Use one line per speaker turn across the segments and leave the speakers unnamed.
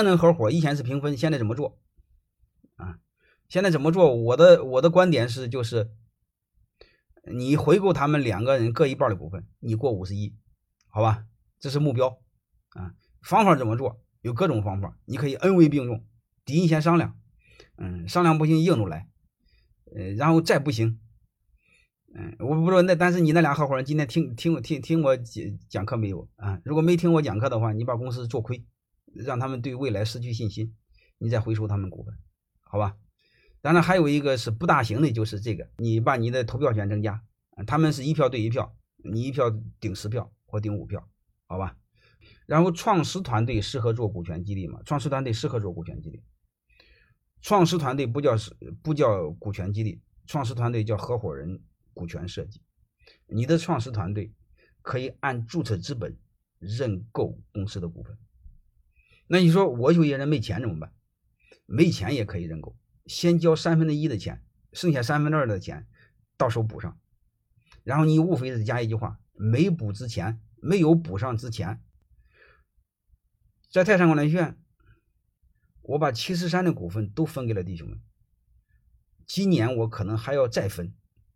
人合伙以前是平分，现在怎么做啊？现在怎么做？我的观点是，就是你回购他们2个人各1半的股份，你过51，好吧？这是目标啊。方法怎么做？有各种方法，你可以恩威并重。第一，先商量，商量不行硬着来，然后再不行，我不知道但是你那俩合伙人今天听我讲课没有啊？如果没听我讲课的话，你把公司做亏，让他们对未来失去信心，你再回收他们股份，好吧？当然还有一个是不大行的，就是这个，你把你的投票权增加，他们是1票对1票，你1票顶10票或顶5票，好吧？然后创始团队适合做股权激励吗？创始团队适合做股权激励。创始团队不叫股权激励，创始团队叫合伙人股权设计。你的创始团队可以按注册资本认购公司的股份。那你说我有些人没钱怎么办？没钱也可以认购，先交1/3的钱，剩下2/3的钱到手补上。然后你无非是加一句话：没补之前，没有补上之前，在泰山管理学院，我把73的股份都分给了弟兄们。今年我可能还要再分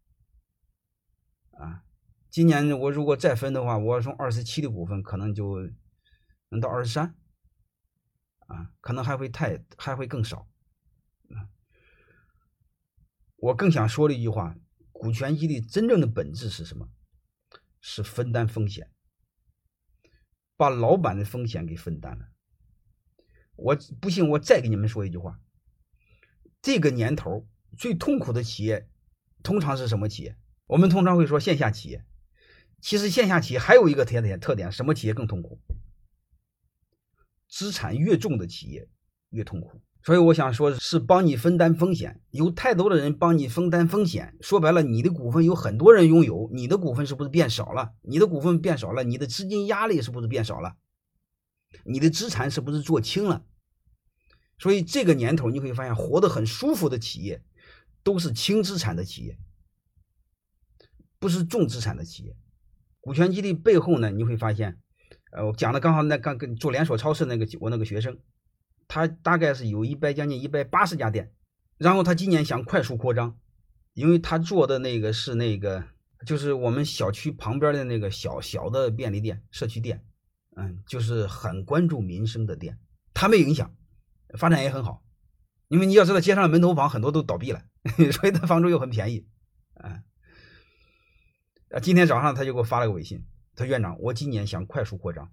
啊！今年我如果再分的话，我从27的股份可能就能到23啊，可能还会更少啊。我更想说的一句话，股权激励真正的本质是什么？是分担风险，把老板的风险给分担了。我不信，我再给你们说一句话，这个年头最痛苦的企业通常是什么企业？我们通常会说线下企业，其实线下企业还有一个特点，什么企业更痛苦？资产越重的企业越痛苦。所以我想说是帮你分担风险，有太多的人帮你分担风险，说白了你的股份有很多人拥有，你的股份是不是变少了？你的股份变少了，你的资金压力是不是变少了？你的资产是不是做轻了？所以这个年头你会发现活得很舒服的企业都是轻资产的企业，不是重资产的企业。股权激励背后呢，你会发现我讲的刚好跟做连锁超市我那个学生，他大概是有将近180家店，然后他今年想快速扩张，因为他做的那个是就是我们小区旁边的那个小的便利店社区店，就是很关注民生的店，他没影响，发展也很好。因为你要知道街上的门头房很多都倒闭了，所以他房租又很便宜。今天早上他就给我发了个微信，他说院长，我今年想快速扩张，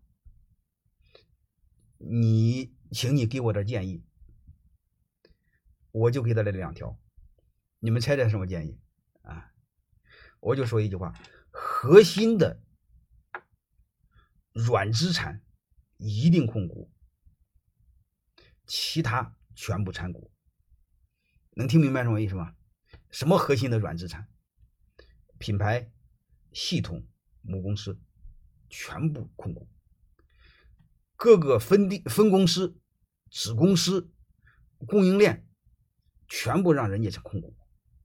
请你给我点建议。我就给他来了2条，你们猜猜什么建议啊？我就说一句话，核心的软资产一定控股，其他全部参股。能听明白什么意思吗？什么核心的软资产？品牌、系统、母公司全部控股，各个分公司、子公司、供应链全部让人家控股，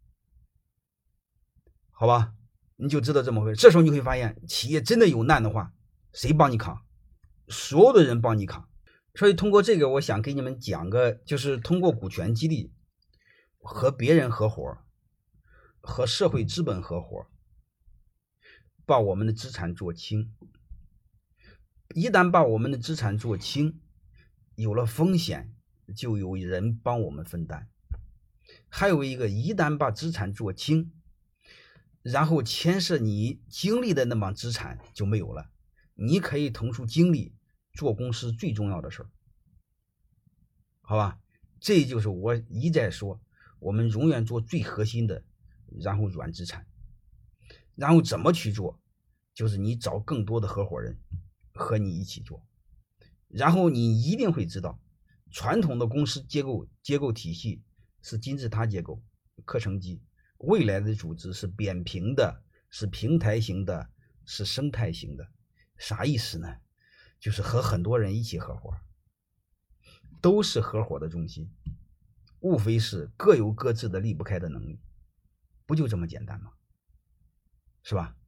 好吧？你就知道这么回事。这时候你会发现，企业真的有难的话，谁帮你扛？所有的人帮你扛。所以通过这个，我想给你们讲个，就是通过股权激励和别人合伙，和社会资本合伙，把我们的资产做轻。一旦把我们的资产做轻，有了风险，就有人帮我们分担。还有一个，一旦把资产做轻，然后牵涉你精力的那帮资产就没有了，你可以腾出精力做公司最重要的事儿，好吧？这就是我一再说，我们永远做最核心的，然后软资产，然后怎么去做？就是你找更多的合伙人和你一起做，然后你一定会知道，传统的公司结构体系是金字塔结构、课程机，未来的组织是扁平的，是平台型的，是生态型的。啥意思呢？就是和很多人一起合伙，都是合伙的中心，无非是各有各自的离不开的能力，不就这么简单吗？是吧？